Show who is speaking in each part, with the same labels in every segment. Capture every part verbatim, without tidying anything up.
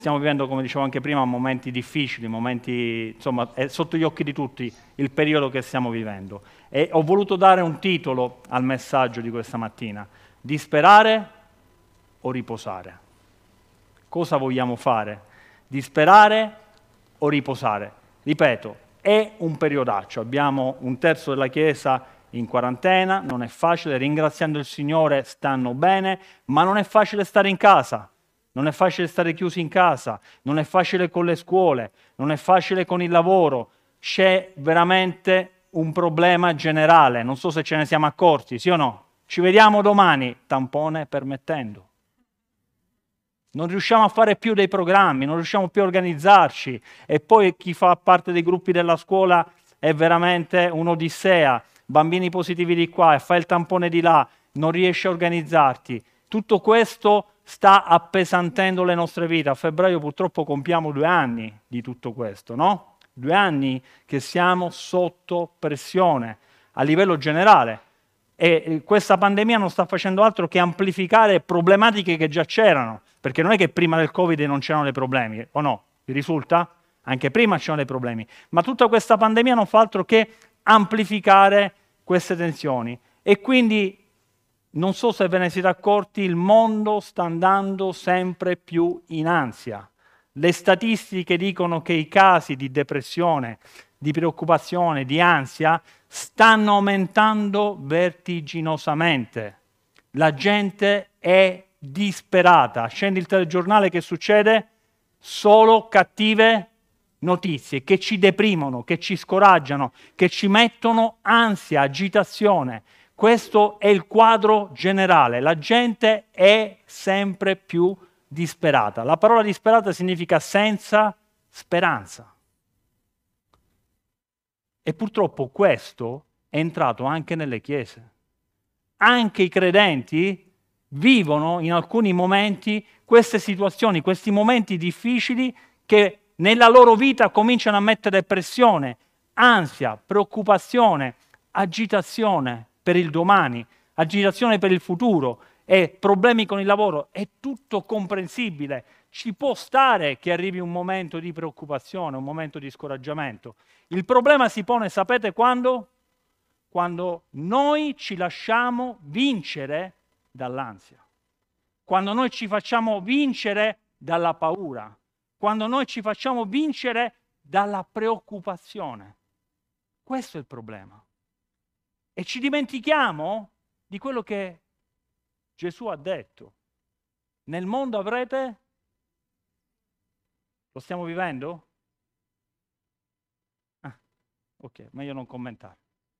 Speaker 1: Stiamo vivendo, come dicevo anche prima, momenti difficili, momenti, insomma, è sotto gli occhi di tutti il periodo che stiamo vivendo. E ho voluto dare un titolo al messaggio di questa mattina: disperare o riposare? Cosa vogliamo fare? Disperare o riposare? Ripeto, è un periodaccio. Abbiamo un terzo della Chiesa in quarantena, non è facile, ringraziando il Signore stanno bene, ma non è facile stare in casa. Non è facile stare chiusi in casa, non è facile con le scuole, non è facile con il lavoro. C'è veramente un problema generale, non so se ce ne siamo accorti, sì o no? Ci vediamo domani, tampone permettendo. Non riusciamo a fare più dei programmi, non riusciamo più a organizzarci, e poi chi fa parte dei gruppi della scuola è veramente un'odissea. Bambini positivi di qua e fai il tampone di là, non riesci a organizzarti. Tutto questo sta appesantendo le nostre vite. A febbraio purtroppo compiamo due anni di tutto questo, no? Due anni che siamo sotto pressione a livello generale, e questa pandemia non sta facendo altro che amplificare problematiche che già c'erano, perché non è che prima del Covid non c'erano dei problemi, o no? Vi risulta? Anche prima c'erano dei problemi, ma tutta questa pandemia non fa altro che amplificare queste tensioni. E quindi non so se ve ne siete accorti, il mondo sta andando sempre più in ansia. Le statistiche dicono che i casi di depressione, di preoccupazione, di ansia stanno aumentando vertiginosamente. La gente è disperata. Scendi il telegiornale, che succede? Solo cattive notizie che ci deprimono, che ci scoraggiano, che ci mettono ansia, agitazione. Questo è il quadro generale. La gente è sempre più disperata. La parola disperata significa senza speranza. E purtroppo questo è entrato anche nelle chiese. Anche i credenti vivono in alcuni momenti queste situazioni, questi momenti difficili che nella loro vita cominciano a mettere pressione, ansia, preoccupazione, agitazione per il domani, agitazione per il futuro e problemi con il lavoro. È tutto comprensibile. Ci può stare che arrivi un momento di preoccupazione, un momento di scoraggiamento. Il problema si pone, sapete quando? Quando noi ci lasciamo vincere dall'ansia, quando noi ci facciamo vincere dalla paura, quando noi ci facciamo vincere dalla preoccupazione. Questo è il problema. E ci dimentichiamo di quello che Gesù ha detto. Nel mondo avrete... Lo stiamo vivendo? Ah, ok, meglio non commentare.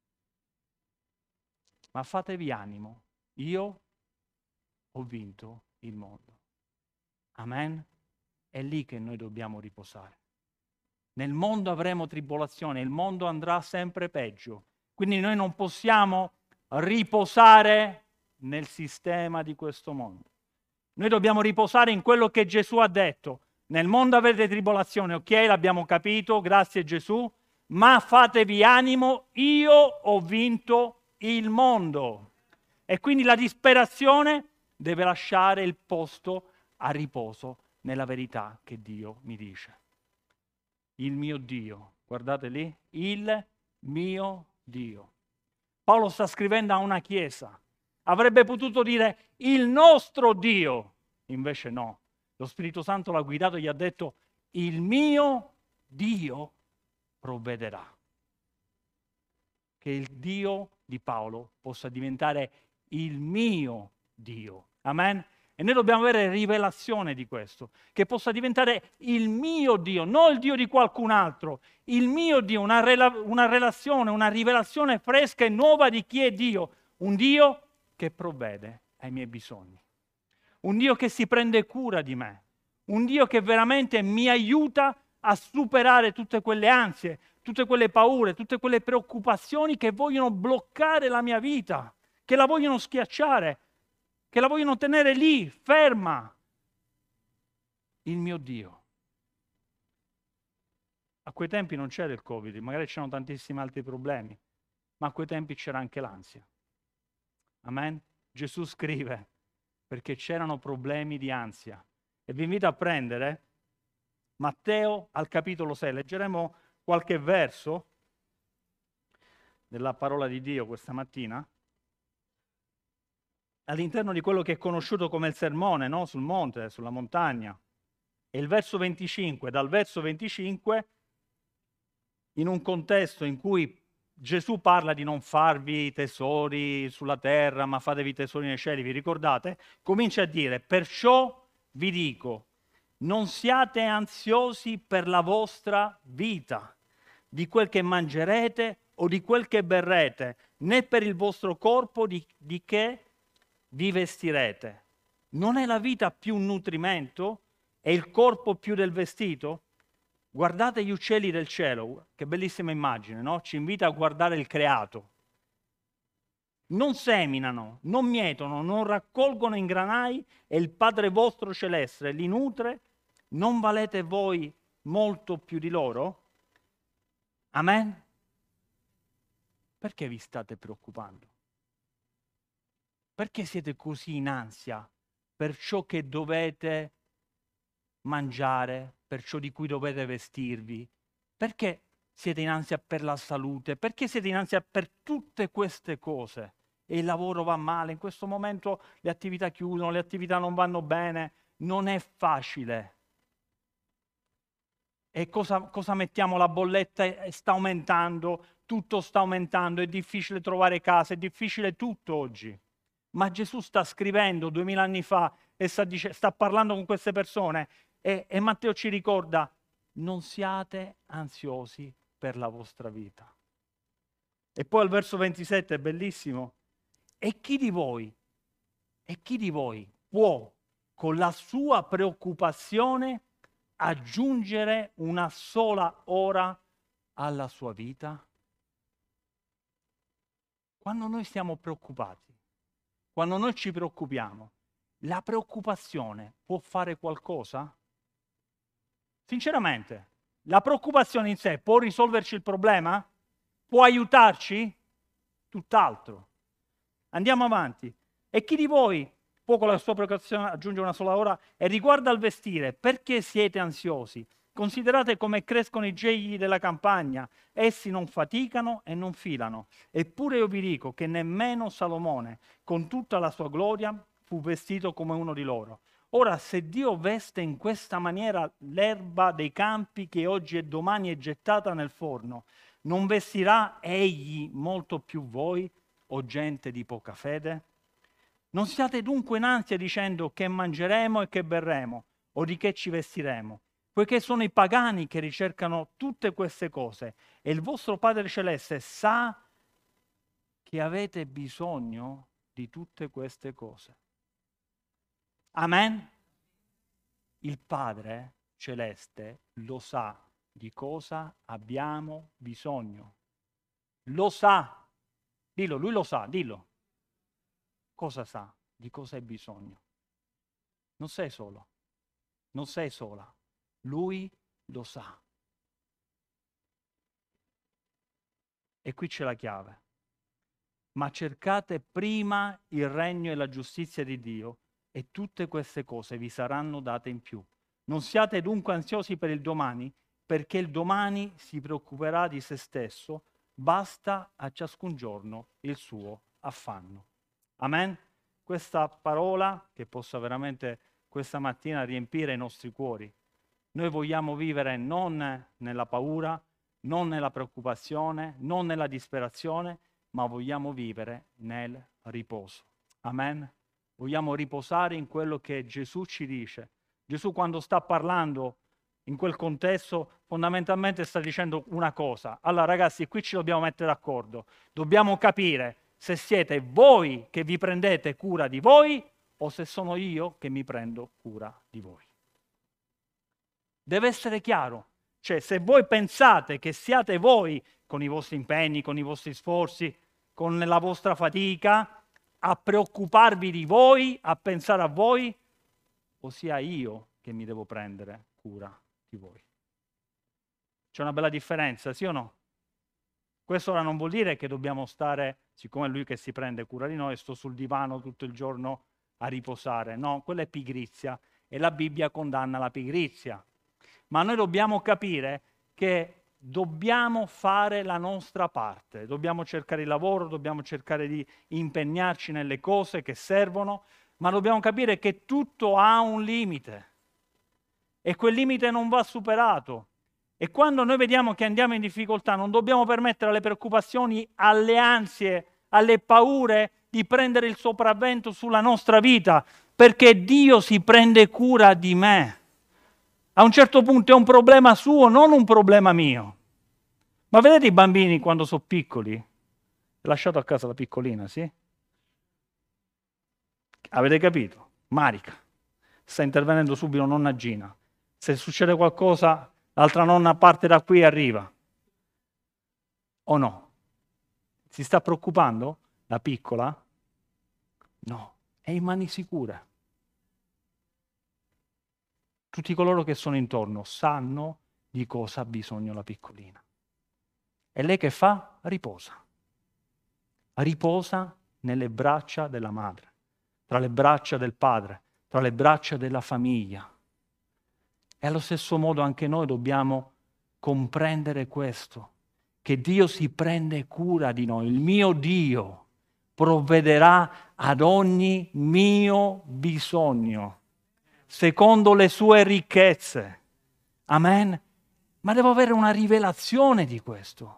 Speaker 1: Ma fatevi animo, io ho vinto il mondo. Amen? È lì che noi dobbiamo riposare. Nel mondo avremo tribolazione, il mondo andrà sempre peggio. Quindi noi non possiamo riposare nel sistema di questo mondo. Noi dobbiamo riposare in quello che Gesù ha detto. Nel mondo avrete tribolazione, ok, l'abbiamo capito, grazie Gesù, ma fatevi animo, io ho vinto il mondo. E quindi la disperazione deve lasciare il posto a riposo nella verità che Dio mi dice. Il mio Dio, guardate lì, il mio Dio. Paolo sta scrivendo a una chiesa. Avrebbe potuto dire il nostro Dio, invece no. Lo Spirito Santo l'ha guidato e gli ha detto il mio Dio provvederà. Che il Dio di Paolo possa diventare il mio Dio. Amen? E noi dobbiamo avere rivelazione di questo, che possa diventare il mio Dio, non il Dio di qualcun altro, il mio Dio, una, rela- una relazione, una rivelazione fresca e nuova di chi è Dio, un Dio che provvede ai miei bisogni, un Dio che si prende cura di me, un Dio che veramente mi aiuta a superare tutte quelle ansie, tutte quelle paure, tutte quelle preoccupazioni che vogliono bloccare la mia vita, che la vogliono schiacciare, che la vogliono tenere lì, ferma. Il mio Dio. A quei tempi non c'era il Covid, magari c'erano tantissimi altri problemi, ma a quei tempi c'era anche l'ansia. Amen? Gesù scrive, perché c'erano problemi di ansia. E vi invito a prendere Matteo al capitolo sei, leggeremo qualche verso della parola di Dio questa mattina, all'interno di quello che è conosciuto come il sermone, no? Sul monte, sulla montagna. E il verso venticinque, dal verso venticinque, in un contesto in cui Gesù parla di non farvi tesori sulla terra, ma fatevi tesori nei cieli, vi ricordate? Comincia a dire, perciò vi dico, non siate ansiosi per la vostra vita, di quel che mangerete o di quel che berrete, né per il vostro corpo di, di che vi vestirete. Non è la vita più un nutrimento? E il corpo più del vestito? Guardate gli uccelli del cielo, che bellissima immagine, no? Ci invita a guardare il creato. Non seminano, non mietono, non raccolgono in granai e il Padre vostro celeste li nutre. Non valete voi molto più di loro? Amen? Perché vi state preoccupando? Perché siete così in ansia per ciò che dovete mangiare, per ciò di cui dovete vestirvi? Perché siete in ansia per la salute? Perché siete in ansia per tutte queste cose? E il lavoro va male, in questo momento le attività chiudono, le attività non vanno bene, non è facile. E cosa, cosa mettiamo? La bolletta sta aumentando, tutto sta aumentando, è difficile trovare casa, è difficile tutto oggi. Ma Gesù sta scrivendo duemila anni fa e sta, dice, sta parlando con queste persone e, e Matteo ci ricorda, non siate ansiosi per la vostra vita. E poi al verso ventisette è bellissimo. E chi di voi, e chi di voi può con la sua preoccupazione aggiungere una sola ora alla sua vita? Quando noi siamo preoccupati, quando noi ci preoccupiamo, la preoccupazione può fare qualcosa? Sinceramente, la preoccupazione in sé può risolverci il problema? Può aiutarci? Tutt'altro. Andiamo avanti. E chi di voi può con la sua preoccupazione aggiungere una sola ora? E riguardo al vestire, perché siete ansiosi? Considerate come crescono i gigli della campagna, essi non faticano e non filano. Eppure io vi dico che nemmeno Salomone, con tutta la sua gloria, fu vestito come uno di loro. Ora, se Dio veste in questa maniera l'erba dei campi che oggi e domani è gettata nel forno, non vestirà Egli molto più voi, o gente di poca fede? Non siate dunque in ansia dicendo che mangeremo e che berremo, o di che ci vestiremo, poiché sono i pagani che ricercano tutte queste cose, e il vostro Padre Celeste sa che avete bisogno di tutte queste cose. Amen? Il Padre Celeste lo sa di cosa abbiamo bisogno. Lo sa. Dillo, lui lo sa, dillo. Cosa sa? Di cosa hai bisogno? Non sei solo, non sei sola. Lui lo sa. E qui c'è la chiave. Ma cercate prima il regno e la giustizia di Dio e tutte queste cose vi saranno date in più. Non siate dunque ansiosi per il domani, perché il domani si preoccuperà di se stesso, basta a ciascun giorno il suo affanno. Amen? Questa parola che possa veramente questa mattina riempire i nostri cuori. Noi vogliamo vivere non nella paura, non nella preoccupazione, non nella disperazione, ma vogliamo vivere nel riposo. Amen? Vogliamo riposare in quello che Gesù ci dice. Gesù quando sta parlando in quel contesto fondamentalmente sta dicendo una cosa. Allora ragazzi, qui ci dobbiamo mettere d'accordo. Dobbiamo capire se siete voi che vi prendete cura di voi o se sono io che mi prendo cura di voi. Deve essere chiaro. Cioè, se voi pensate che siate voi, con i vostri impegni, con i vostri sforzi, con la vostra fatica, a preoccuparvi di voi, a pensare a voi, o sia io che mi devo prendere cura di voi. C'è una bella differenza, sì o no? Questo ora non vuol dire che dobbiamo stare, siccome è lui che si prende cura di noi, sto sul divano tutto il giorno a riposare. No, quella è pigrizia e la Bibbia condanna la pigrizia. ma noi dobbiamo capire che dobbiamo fare la nostra parte, dobbiamo cercare il lavoro, dobbiamo cercare di impegnarci nelle cose che servono, ma dobbiamo capire che tutto ha un limite e quel limite non va superato. E quando noi vediamo che andiamo in difficoltà non dobbiamo permettere alle preoccupazioni, alle ansie, alle paure di prendere il sopravvento sulla nostra vita, perché Dio si prende cura di me. A un certo punto è un problema suo, non un problema mio. Ma vedete i bambini quando sono piccoli? Lasciato a casa la piccolina, sì? Avete capito? Marica. Sta intervenendo subito nonna Gina. Se succede qualcosa, l'altra nonna parte da qui e arriva. O no? Si sta preoccupando? La piccola? No, è in mani sicure. Tutti coloro che sono intorno sanno di cosa ha bisogno la piccolina. E lei che fa? Riposa. Riposa nelle braccia della madre, tra le braccia del padre, tra le braccia della famiglia. E allo stesso modo anche noi dobbiamo comprendere questo, che Dio si prende cura di noi. Il mio Dio provvederà ad ogni mio bisogno, secondo le sue ricchezze. Amen? Ma devo avere una rivelazione di questo.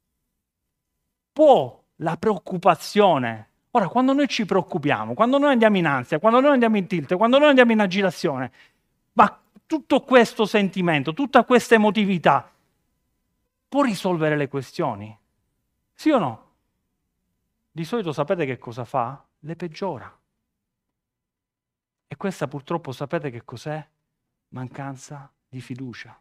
Speaker 1: Può la preoccupazione, ora quando noi ci preoccupiamo, quando noi andiamo in ansia, quando noi andiamo in tilt, quando noi andiamo in agitazione, ma tutto questo sentimento, tutta questa emotività può risolvere le questioni? Sì o no? Di solito sapete che cosa fa? Le peggiora. E questa purtroppo sapete che cos'è? Mancanza di fiducia.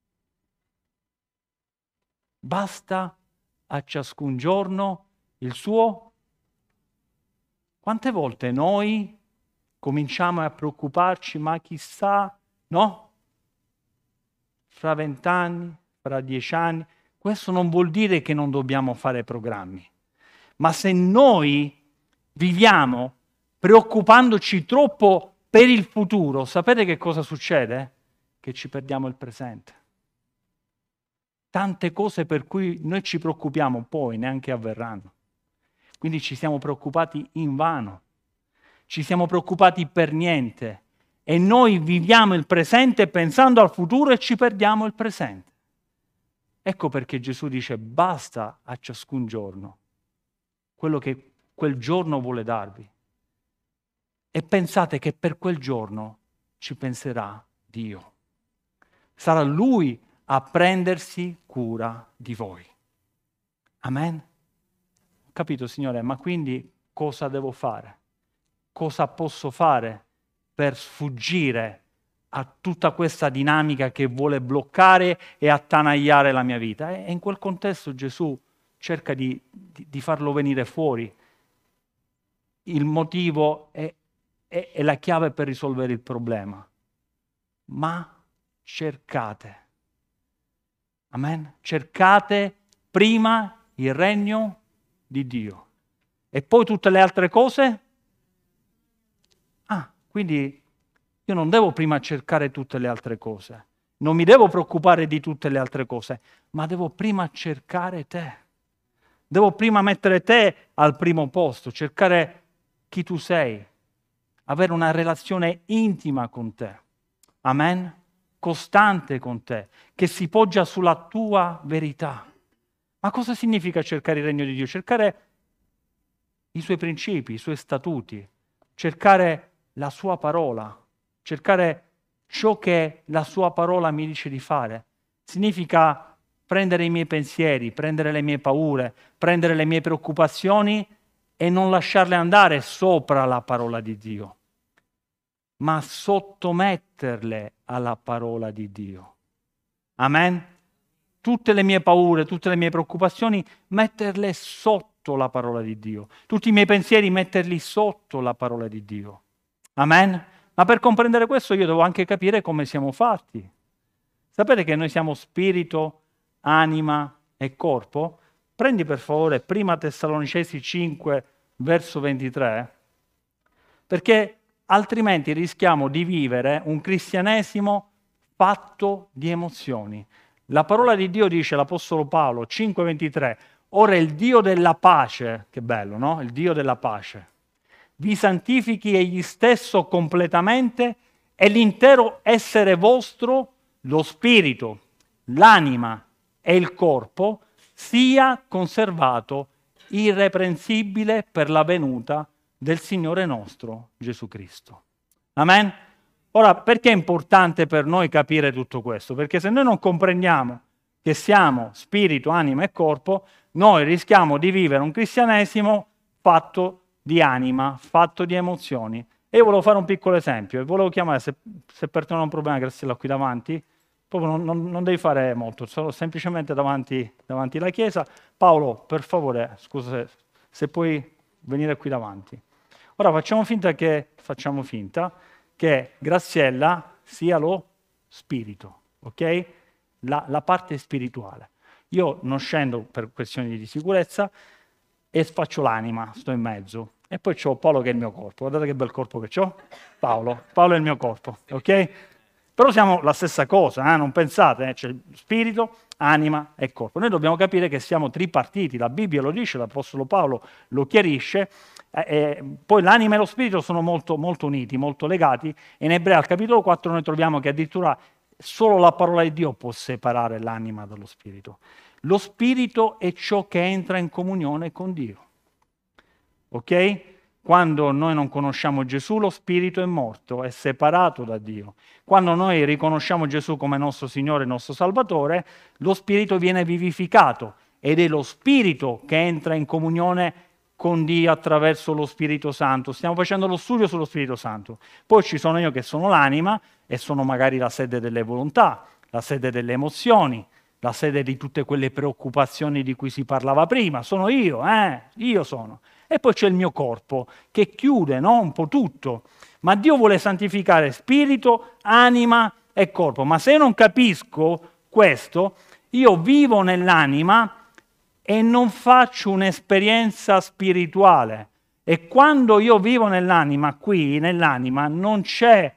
Speaker 1: Basta a ciascun giorno il suo. Quante volte noi cominciamo a preoccuparci, ma chissà, no? Fra vent'anni, fra dieci anni, questo non vuol dire che non dobbiamo fare programmi, ma se noi viviamo preoccupandoci troppo per il futuro, sapete che cosa succede? Che ci perdiamo il presente. Tante cose per cui noi ci preoccupiamo poi neanche avverranno. Quindi ci siamo preoccupati invano, ci siamo preoccupati per niente e noi viviamo il presente pensando al futuro e ci perdiamo il presente. Ecco perché Gesù dice basta a ciascun giorno quello che quel giorno vuole darvi. E pensate che per quel giorno ci penserà Dio. Sarà Lui a prendersi cura di voi. Amen? Ho capito, Signore, ma quindi cosa devo fare? Cosa posso fare per sfuggire a tutta questa dinamica che vuole bloccare e attanagliare la mia vita? E in quel contesto Gesù cerca di, di, di farlo venire fuori. Il motivo è, è, è la chiave per risolvere il problema. Ma cercate. Amen? Cercate prima il regno di Dio. E poi tutte le altre cose? Ah, quindi io non devo prima cercare tutte le altre cose. Non mi devo preoccupare di tutte le altre cose, ma devo prima cercare te. Devo prima mettere te al primo posto, cercare chi tu sei, avere una relazione intima con te. Amen? Costante con te, che si poggia sulla tua verità. Ma cosa significa cercare il regno di Dio? Cercare i suoi principi, i suoi statuti, cercare la sua parola, cercare ciò che la sua parola mi dice di fare. Significa prendere i miei pensieri, prendere le mie paure, prendere le mie preoccupazioni e non lasciarle andare sopra la parola di Dio, ma sottometterle alla parola di Dio. Amen? Tutte le mie paure, tutte le mie preoccupazioni, metterle sotto la parola di Dio. Tutti i miei pensieri, metterli sotto la parola di Dio. Amen? Ma per comprendere questo io devo anche capire come siamo fatti. Sapete che noi siamo spirito, anima e corpo? Prendi per favore Prima Tessalonicesi cinque, verso ventitré, perché altrimenti rischiamo di vivere un cristianesimo fatto di emozioni. La parola di Dio dice, l'Apostolo Paolo, cinque ventitré, ora il Dio della pace, che bello, no? Il Dio della pace, vi santifichi egli stesso completamente e l'intero essere vostro, lo spirito, l'anima e il corpo, sia conservato irreprensibile per la venuta del Signore nostro Gesù Cristo. Amen? Ora, perché è importante per noi capire tutto questo? Perché se noi non comprendiamo che siamo spirito, anima e corpo, noi rischiamo di vivere un cristianesimo fatto di anima, fatto di emozioni. E io volevo fare un piccolo esempio e volevo chiamare, se, se per te non è un problema, Graziella, qui davanti, proprio non, non, non devi fare molto, solo semplicemente davanti, davanti alla chiesa. Paolo, per favore, scusa se, se puoi venire qui davanti. Ora facciamo finta che, facciamo finta che Graziella sia lo spirito, ok? La, la parte spirituale. Io non scendo per questioni di sicurezza e faccio l'anima, sto in mezzo. E poi c'ho Paolo che è il mio corpo. Guardate che bel corpo che ho. Paolo. Paolo è il mio corpo, ok? Però siamo la stessa cosa, eh? Non pensate, eh? C'è spirito, anima e corpo. Noi dobbiamo capire che siamo tripartiti, la Bibbia lo dice, l'Apostolo Paolo lo chiarisce, eh, eh, poi l'anima e lo spirito sono molto, molto uniti, molto legati, e in Ebrei al capitolo quattro noi troviamo che addirittura solo la parola di Dio può separare l'anima dallo spirito. Lo spirito è ciò che entra in comunione con Dio. Ok? Quando noi non conosciamo Gesù, lo spirito è morto, è separato da Dio. Quando noi riconosciamo Gesù come nostro Signore e nostro Salvatore, lo spirito viene vivificato ed è lo spirito che entra in comunione con Dio attraverso lo Spirito Santo. Stiamo facendo lo studio sullo Spirito Santo. Poi ci sono io che sono l'anima e sono magari la sede delle volontà, la sede delle emozioni, la sede di tutte quelle preoccupazioni di cui si parlava prima. Sono io, eh? Io sono. E poi c'è il mio corpo che chiude, no? Un po' tutto. Ma Dio vuole santificare spirito, anima e corpo. Ma se io non capisco questo, io vivo nell'anima e non faccio un'esperienza spirituale. E quando io vivo nell'anima, qui nell'anima, non c'è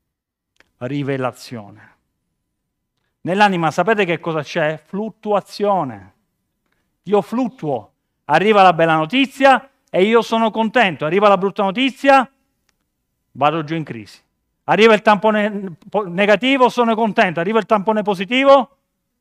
Speaker 1: rivelazione. Nell'anima sapete che cosa c'è? Fluttuazione. Io fluttuo. Arriva la bella notizia e io sono contento. Arriva la brutta notizia, vado giù in crisi. Arriva il tampone negativo, sono contento. Arriva il tampone positivo,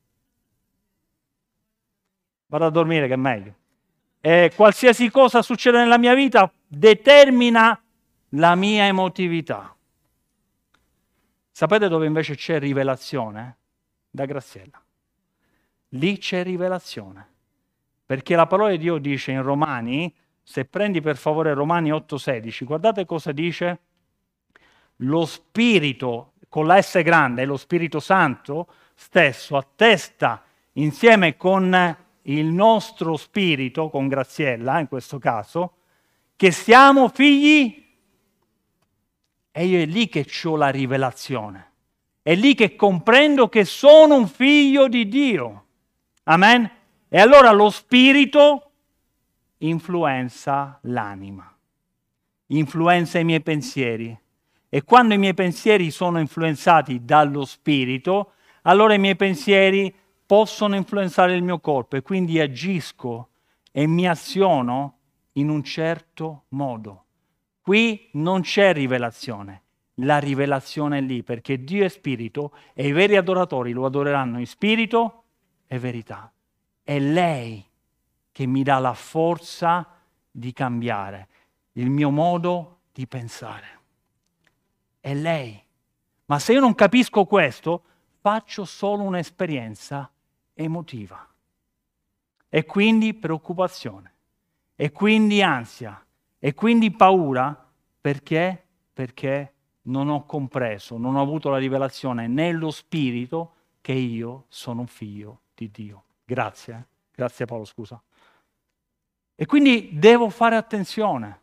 Speaker 1: vado a dormire che è meglio. E qualsiasi cosa succede nella mia vita determina la mia emotività. Sapete dove invece c'è rivelazione? Da Graziella. Lì c'è rivelazione. Perché la parola di Dio dice in Romani, se prendi per favore Romani otto sedici, guardate cosa dice. Lo Spirito, con la S grande, lo Spirito Santo stesso, attesta insieme con il nostro spirito, con Graziella in questo caso, che siamo figli. E io è lì che ho la rivelazione. È lì che comprendo che sono un figlio di Dio. Amen? E allora lo spirito influenza l'anima, influenza i miei pensieri. E quando i miei pensieri sono influenzati dallo spirito, allora i miei pensieri possono influenzare il mio corpo e quindi agisco e mi aziono in un certo modo. Qui non c'è rivelazione, la rivelazione è lì perché Dio è spirito e i veri adoratori lo adoreranno in spirito e verità. È lei che mi dà la forza di cambiare il mio modo di pensare. È lei. Ma se io non capisco questo, faccio solo un'esperienza emotiva. E quindi preoccupazione. E quindi ansia. E quindi paura. Perché? Perché non ho compreso, non ho avuto la rivelazione nello spirito che io sono un figlio di Dio. Grazie, eh? Grazie Paolo, scusa. E quindi devo fare attenzione.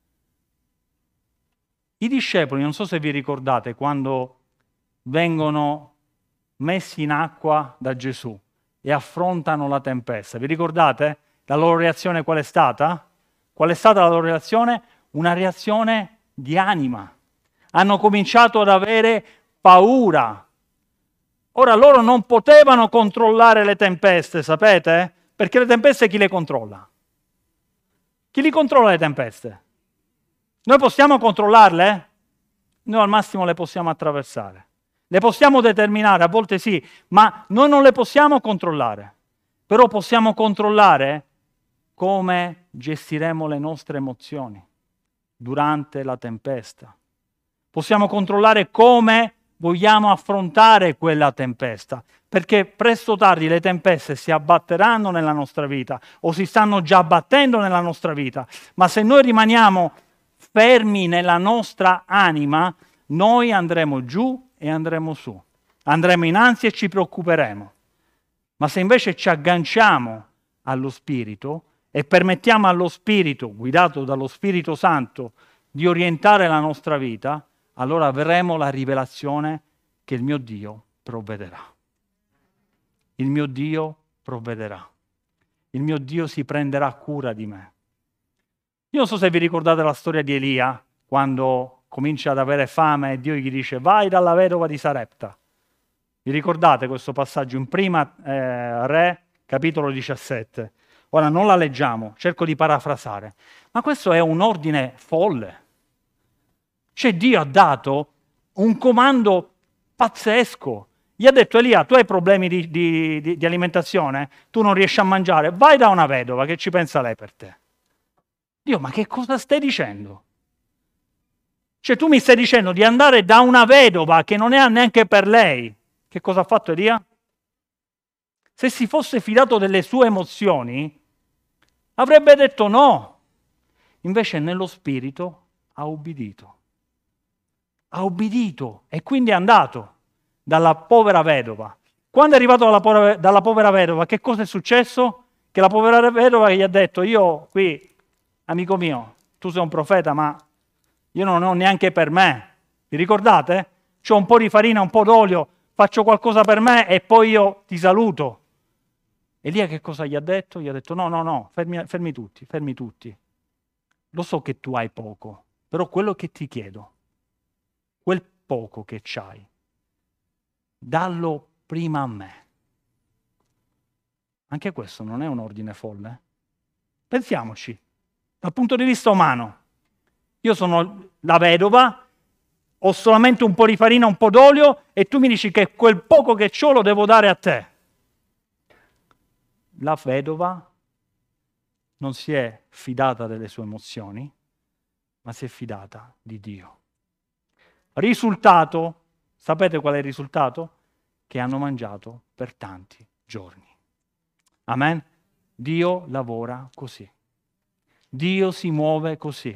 Speaker 1: I discepoli, non so se vi ricordate, quando vengono messi in acqua da Gesù e affrontano la tempesta, vi ricordate? La loro reazione qual è stata? Qual è stata la loro reazione? Una reazione di anima. Hanno cominciato ad avere paura. Ora loro non potevano controllare le tempeste, sapete? Perché le tempeste chi le controlla? Chi li controlla le tempeste? Noi possiamo controllarle? Noi al massimo le possiamo attraversare. Le possiamo determinare, a volte sì, ma noi non le possiamo controllare. Però possiamo controllare come gestiremo le nostre emozioni durante la tempesta. Possiamo controllare come vogliamo affrontare quella tempesta, perché presto o tardi le tempeste si abbatteranno nella nostra vita o si stanno già abbattendo nella nostra vita, ma se noi rimaniamo fermi nella nostra anima, noi andremo giù e andremo su, andremo innanzi e ci preoccuperemo. Ma se invece ci agganciamo allo Spirito e permettiamo allo Spirito, guidato dallo Spirito Santo, di orientare la nostra vita, allora avremo la rivelazione che il mio Dio provvederà. Il mio Dio provvederà. Il mio Dio si prenderà cura di me. Io non so se vi ricordate la storia di Elia, quando comincia ad avere fame e Dio gli dice vai dalla vedova di Sarepta. Vi ricordate questo passaggio in Prima eh, Re, capitolo diciassette? Ora non la leggiamo, cerco di parafrasare, ma questo è un ordine folle. Cioè Dio ha dato un comando pazzesco. Gli ha detto Elia, tu hai problemi di, di, di, di alimentazione? Tu non riesci a mangiare? Vai da una vedova, che ci pensa lei per te. Dio, ma che cosa stai dicendo? Cioè tu mi stai dicendo di andare da una vedova che non è neanche per lei. Che cosa ha fatto Elia? Se si fosse fidato delle sue emozioni, avrebbe detto no. Invece nello spirito ha ubbidito. Ha ubbidito e quindi è andato dalla povera vedova. Quando è arrivato dalla povera, dalla povera vedova, che cosa è successo? Che la povera vedova gli ha detto, io qui, amico mio, tu sei un profeta, ma io non ho neanche per me. Vi ricordate? C'ho un po' di farina, un po' d'olio, faccio qualcosa per me e poi io ti saluto. Elia che cosa gli ha detto? Gli ha detto no, no, no, fermi, fermi tutti, fermi tutti. Lo so che tu hai poco, però quello che ti chiedo, quel poco che c'hai, dallo prima a me. Anche questo non è un ordine folle? Pensiamoci, dal punto di vista umano. Io sono la vedova, ho solamente un po' di farina, un po' d'olio e tu mi dici che quel poco che ho lo devo dare a te. La vedova non si è fidata delle sue emozioni, ma si è fidata di Dio. Risultato, sapete qual è il risultato? Che hanno mangiato per tanti giorni. Amen? Dio lavora così. Dio si muove così.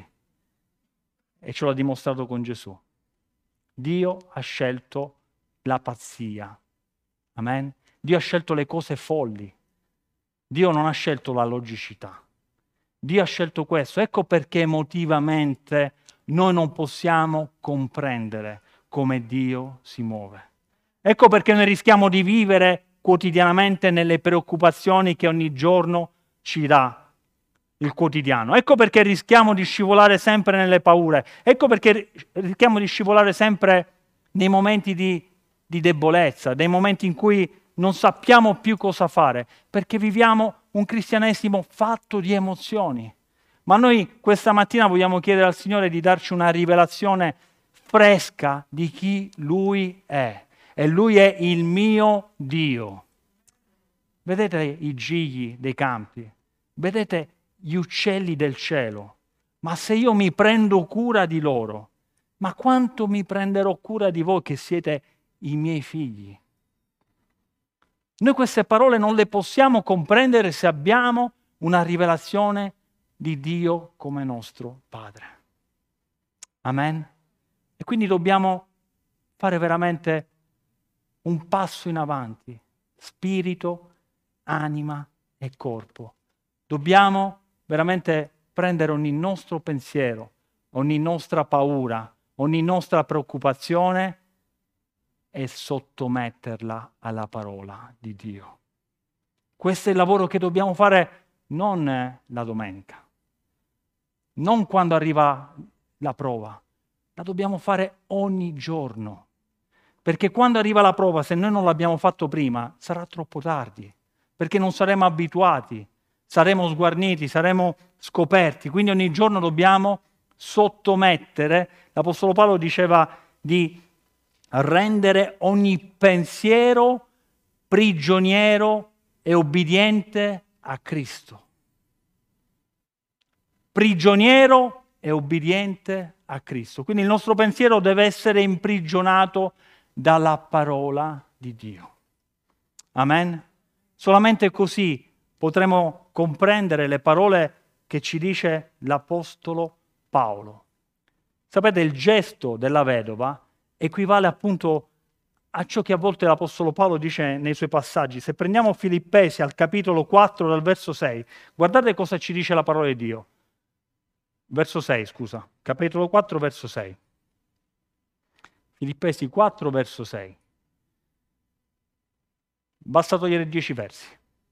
Speaker 1: E ce l'ha dimostrato con Gesù. Dio ha scelto la pazzia. Amen? Dio ha scelto le cose folli. Dio non ha scelto la logicità. Dio ha scelto questo. Ecco perché emotivamente noi non possiamo comprendere come Dio si muove. Ecco perché noi rischiamo di vivere quotidianamente nelle preoccupazioni che ogni giorno ci dà il quotidiano. Ecco perché rischiamo di scivolare sempre nelle paure. Ecco perché rischiamo di scivolare sempre nei momenti di, di debolezza, nei momenti in cui non sappiamo più cosa fare, perché viviamo un cristianesimo fatto di emozioni. Ma noi questa mattina vogliamo chiedere al Signore di darci una rivelazione fresca di chi Lui è. E Lui è il mio Dio. Vedete i gigli dei campi? Vedete gli uccelli del cielo? Ma se io mi prendo cura di loro, ma quanto mi prenderò cura di voi che siete i miei figli? Noi queste parole non le possiamo comprendere se abbiamo una rivelazione di Dio come nostro Padre. Amen? E quindi dobbiamo fare veramente un passo in avanti, spirito, anima e corpo. Dobbiamo veramente prendere ogni nostro pensiero, ogni nostra paura, ogni nostra preoccupazione e sottometterla alla parola di Dio. Questo è il lavoro che dobbiamo fare non la domenica, non quando arriva la prova, la dobbiamo fare ogni giorno, Perché quando arriva la prova, se noi non l'abbiamo fatto prima, sarà troppo tardi, perché non saremo abituati, saremo sguarniti, saremo scoperti. Quindi ogni giorno dobbiamo sottomettere. L'Apostolo Paolo diceva di rendere ogni pensiero prigioniero e obbediente a Cristo. Prigioniero e obbediente a Cristo. Quindi il nostro pensiero deve essere imprigionato dalla parola di Dio. Amen? Solamente così potremo comprendere le parole che ci dice l'Apostolo Paolo. Sapete, il gesto della vedova equivale appunto a ciò che a volte l'Apostolo Paolo dice nei suoi passaggi. Se prendiamo Filippesi al capitolo quattro dal verso sei, guardate cosa ci dice la parola di Dio. Verso sei, scusa, capitolo quattro, verso sei. Filippesi quattro, verso sei. Basta togliere dieci versi.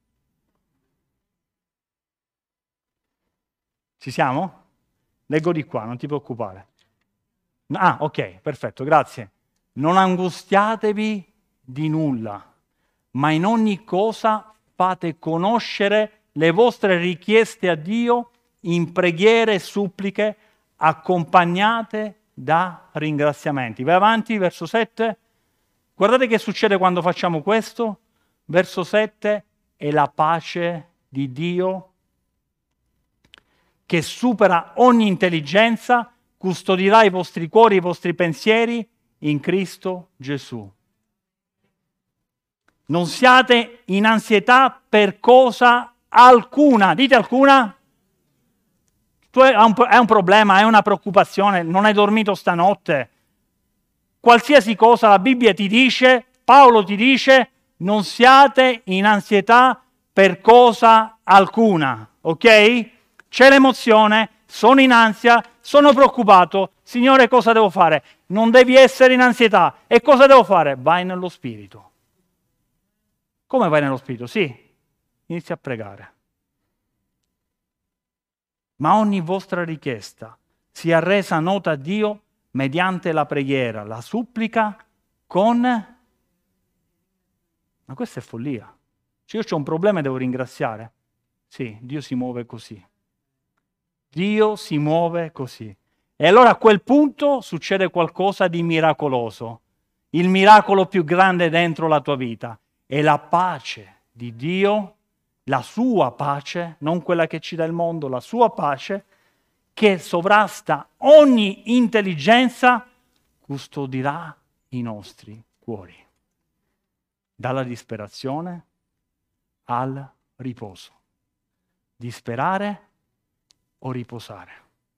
Speaker 1: Ci siamo? Leggo di qua, non ti preoccupare. Ah, ok, perfetto, grazie. Non angustiatevi di nulla, ma in ogni cosa fate conoscere le vostre richieste a Dio in preghiere e suppliche, accompagnate da ringraziamenti. Vai avanti, verso sette. Guardate che succede quando facciamo questo. Verso sette, e la pace di Dio, che supera ogni intelligenza, custodirà i vostri cuori e i vostri pensieri in Cristo Gesù. Non siate in ansietà per cosa alcuna. Dite alcuna? Tu hai un, hai un problema, hai una preoccupazione, non hai dormito stanotte. Qualsiasi cosa la Bibbia ti dice, Paolo ti dice, non siate in ansietà per cosa alcuna, ok? C'è l'emozione, sono in ansia, sono preoccupato, Signore cosa devo fare? Non devi essere in ansietà. E cosa devo fare? Vai nello Spirito. Come vai nello Spirito? Sì, inizia a pregare. Ma ogni vostra richiesta sia resa nota a Dio mediante la preghiera, la supplica con... Ma questa è follia. Se io ho un problema e devo ringraziare, sì, Dio si muove così. Dio si muove così. E allora a quel punto succede qualcosa di miracoloso. Il miracolo più grande dentro la tua vita è la pace di Dio, la sua pace, non quella che ci dà il mondo, la sua pace, che sovrasta ogni intelligenza, custodirà i nostri cuori. Dalla disperazione al riposo. Disperare o riposare?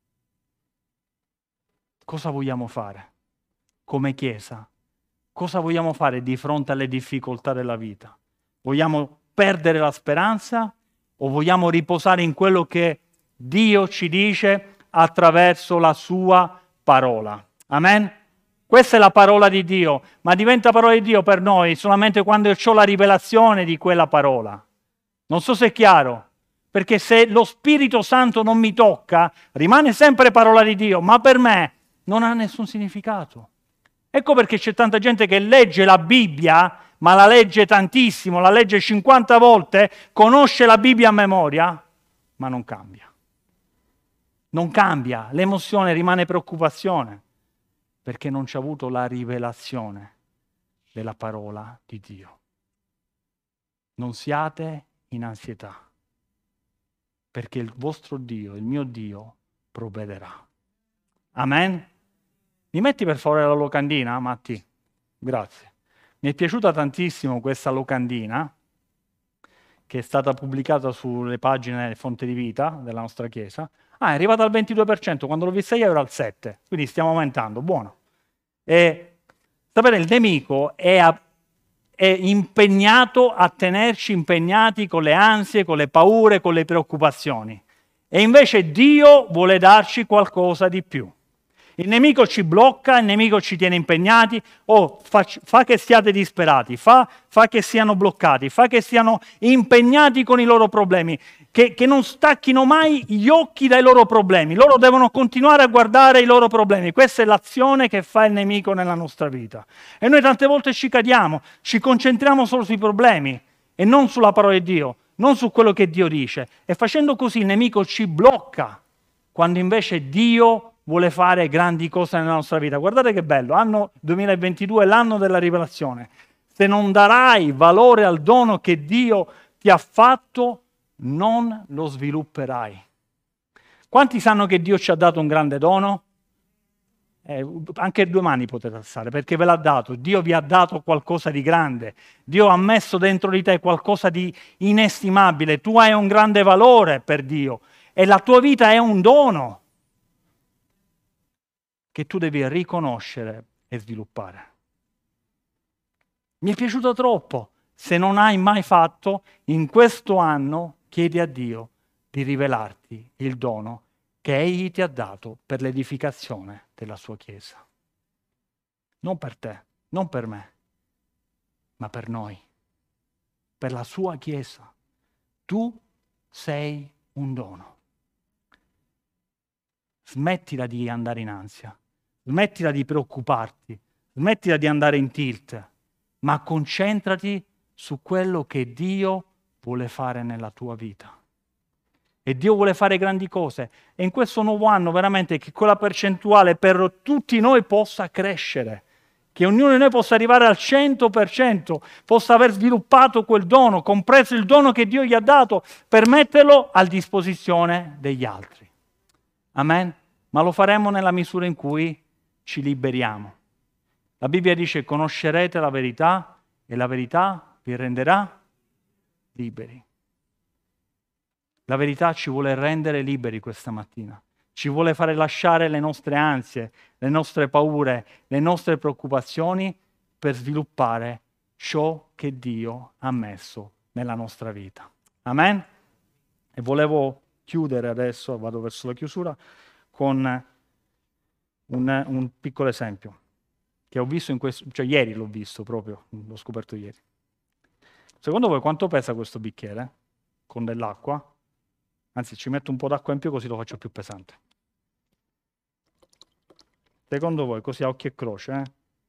Speaker 1: Cosa vogliamo fare come Chiesa? Cosa vogliamo fare di fronte alle difficoltà della vita? Vogliamo perdere la speranza o vogliamo riposare in quello che Dio ci dice attraverso la sua parola? Amen? Questa è la parola di Dio, ma diventa parola di Dio per noi solamente quando io ho la rivelazione di quella parola. Non so se è chiaro, perché se lo Spirito Santo non mi tocca, rimane sempre parola di Dio, ma per me non ha nessun significato. Ecco perché c'è tanta gente che legge la Bibbia, ma la legge tantissimo, la legge cinquanta volte, conosce la Bibbia a memoria, ma non cambia. Non cambia, l'emozione rimane preoccupazione, perché non c'è avuto la rivelazione della parola di Dio. Non siate in ansietà, perché il vostro Dio, il mio Dio, provvederà. Amen? Mi metti per favore la locandina, Matti? Grazie. Mi è piaciuta tantissimo questa locandina, che è stata pubblicata sulle pagine Fonte di Vita della nostra Chiesa. Ah, è arrivata al ventidue per cento, quando l'ho vista io era al sette per cento, quindi stiamo aumentando, buono. E sapete, il nemico è, a, è impegnato a tenerci impegnati con le ansie, con le paure, con le preoccupazioni. E invece Dio vuole darci qualcosa di più. Il nemico ci blocca, il nemico ci tiene impegnati, oh, fa, fa che siate disperati, fa, fa che siano bloccati, fa che siano impegnati con i loro problemi, che, che non stacchino mai gli occhi dai loro problemi. Loro devono continuare a guardare i loro problemi. Questa è l'azione che fa il nemico nella nostra vita. E noi tante volte ci cadiamo, ci concentriamo solo sui problemi e non sulla parola di Dio, non su quello che Dio dice. E facendo così il nemico ci blocca, quando invece Dio vuole fare grandi cose nella nostra vita. Guardate che bello, anno duemilaventidue è l'anno della rivelazione. Se non darai valore al dono che Dio ti ha fatto, non lo svilupperai. Quanti sanno che Dio ci ha dato un grande dono? Eh, anche due mani potete alzare, perché ve l'ha dato. Dio vi ha dato qualcosa di grande. Dio ha messo dentro di te qualcosa di inestimabile. Tu hai un grande valore per Dio e la tua vita è un dono che tu devi riconoscere e sviluppare. Mi è piaciuto troppo. Se non hai mai fatto, in questo anno chiedi a Dio di rivelarti il dono che Egli ti ha dato per l'edificazione della sua Chiesa. Non per te, non per me, ma per noi, per la sua Chiesa. Tu sei un dono. Smettila di andare in ansia. Smettila di preoccuparti, smettila di andare in tilt, ma concentrati su quello che Dio vuole fare nella tua vita. E Dio vuole fare grandi cose. E in questo nuovo anno veramente che quella percentuale per tutti noi possa crescere, che ognuno di noi possa arrivare al cento per cento, possa aver sviluppato quel dono, compreso il dono che Dio gli ha dato, per metterlo a disposizione degli altri. Amen? Ma lo faremo nella misura in cui ci liberiamo. La Bibbia dice: conoscerete la verità e la verità vi renderà liberi. La verità ci vuole rendere liberi questa mattina. Ci vuole fare lasciare le nostre ansie, le nostre paure, le nostre preoccupazioni per sviluppare ciò che Dio ha messo nella nostra vita. Amen? E volevo chiudere adesso, vado verso la chiusura, con un, un piccolo esempio che ho visto in questo, cioè ieri l'ho visto proprio, l'ho scoperto ieri. Secondo voi quanto pesa questo bicchiere con dell'acqua? Anzi, ci metto un po' d'acqua in più così lo faccio più pesante. Secondo voi, così a occhio e croce, eh?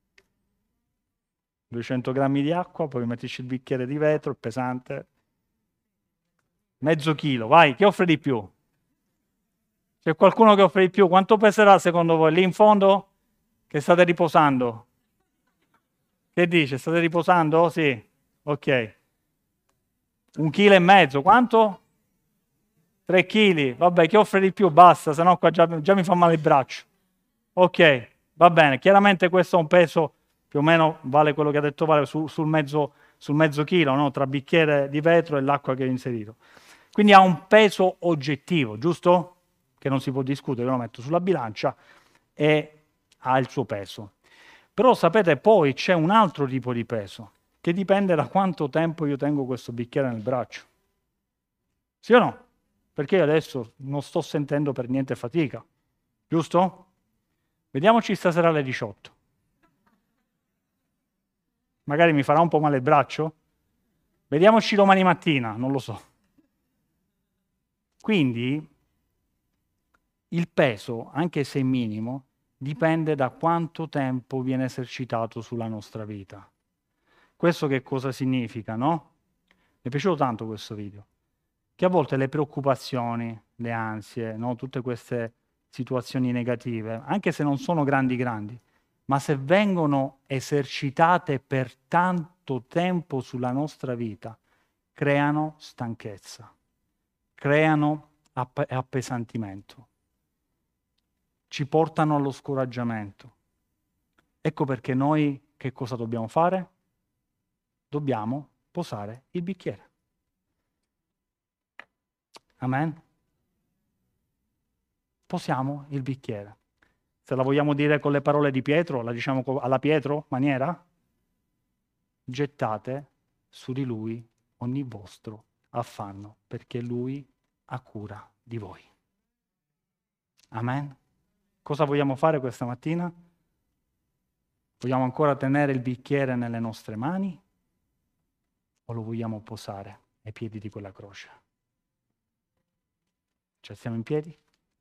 Speaker 1: duecento grammi di acqua, poi mettici il bicchiere di vetro, è pesante. Mezzo chilo, vai, chi offre di più? C'è qualcuno che offre di più? Quanto peserà secondo voi? Lì in fondo? Che state riposando? Che dice? State riposando? Sì, ok. Un chilo e mezzo, quanto? Tre chili, vabbè, chi offre di più? Basta, sennò qua già, già mi fa male il braccio. Ok, va bene, chiaramente questo è un peso, più o meno vale quello che ha detto Vale, su, sul, mezzo, sul mezzo chilo, no? Tra bicchiere di vetro e l'acqua che ho inserito. Quindi ha un peso oggettivo, giusto? Che non si può discutere, io lo metto sulla bilancia e ha il suo peso. Però sapete, poi c'è un altro tipo di peso, che dipende da quanto tempo io tengo questo bicchiere nel braccio. Sì o no? Perché io adesso non sto sentendo per niente fatica, giusto? Vediamoci stasera alle diciotto. Magari mi farà un po' male il braccio? Vediamoci domani mattina, non lo so. Quindi il peso, anche se minimo, dipende da quanto tempo viene esercitato sulla nostra vita. Questo che cosa significa, no? Mi è piaciuto tanto questo video. Che a volte le preoccupazioni, le ansie, no? Tutte queste situazioni negative, anche se non sono grandi grandi, ma se vengono esercitate per tanto tempo sulla nostra vita, creano stanchezza, creano app- appesantimento, ci portano allo scoraggiamento. Ecco perché noi che cosa dobbiamo fare? Dobbiamo posare il bicchiere. Amen? Posiamo il bicchiere. Se la vogliamo dire con le parole di Pietro, la diciamo alla Pietro maniera? Gettate su di lui ogni vostro affanno, perché lui ha cura di voi. Amen? Cosa vogliamo fare questa mattina? Vogliamo ancora tenere il bicchiere nelle nostre mani o lo vogliamo posare ai piedi di quella croce? Ci alziamo in piedi?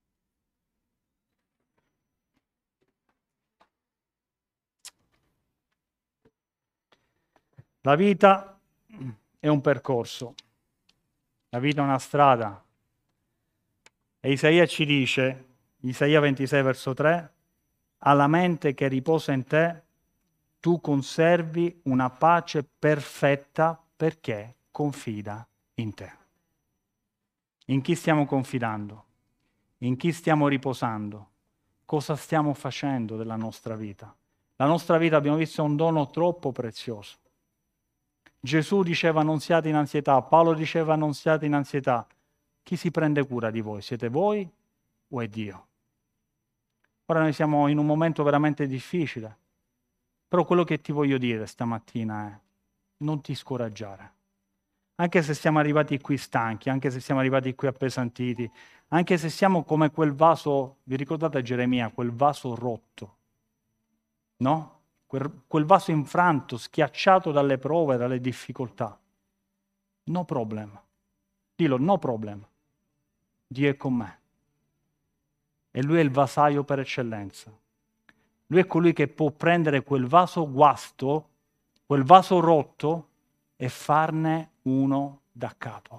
Speaker 1: La vita è un percorso, la vita è una strada. E Isaia ci dice, Isaia ventisei verso tre, alla mente che riposa in te, tu conservi una pace perfetta perché confida in te. In chi stiamo confidando? In chi stiamo riposando? Cosa stiamo facendo della nostra vita? La nostra vita, abbiamo visto, è un dono troppo prezioso. Gesù diceva non siate in ansietà, Paolo diceva non siate in ansietà. Chi si prende cura di voi? Siete voi o è Dio? Ora noi siamo in un momento veramente difficile, però quello che ti voglio dire stamattina è non ti scoraggiare. Anche se siamo arrivati qui stanchi, anche se siamo arrivati qui appesantiti, anche se siamo come quel vaso, vi ricordate Geremia, quel vaso rotto, no? Quel, quel vaso infranto, schiacciato dalle prove, dalle difficoltà. No problem. Dillo, no problem. Dio è con me. E Lui è il vasaio per eccellenza. Lui è colui che può prendere quel vaso guasto, quel vaso rotto, e farne uno da capo.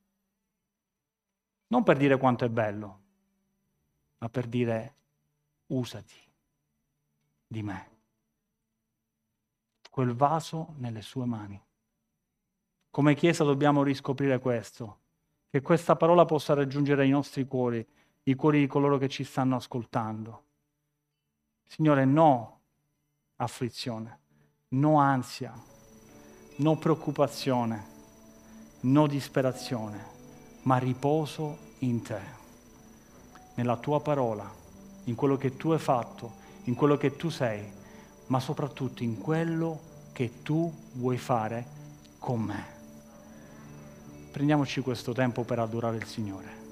Speaker 1: Non per dire quanto è bello, ma per dire usati di me. Quel vaso nelle sue mani. Come Chiesa dobbiamo riscoprire questo, che questa parola possa raggiungere i nostri cuori, i cuori di coloro che ci stanno ascoltando. Signore, no afflizione, no ansia, no preoccupazione, no disperazione, ma riposo in te, nella tua parola, in quello che tu hai fatto, in quello che tu sei, ma soprattutto in quello che tu vuoi fare con me. Prendiamoci questo tempo per adorare il Signore.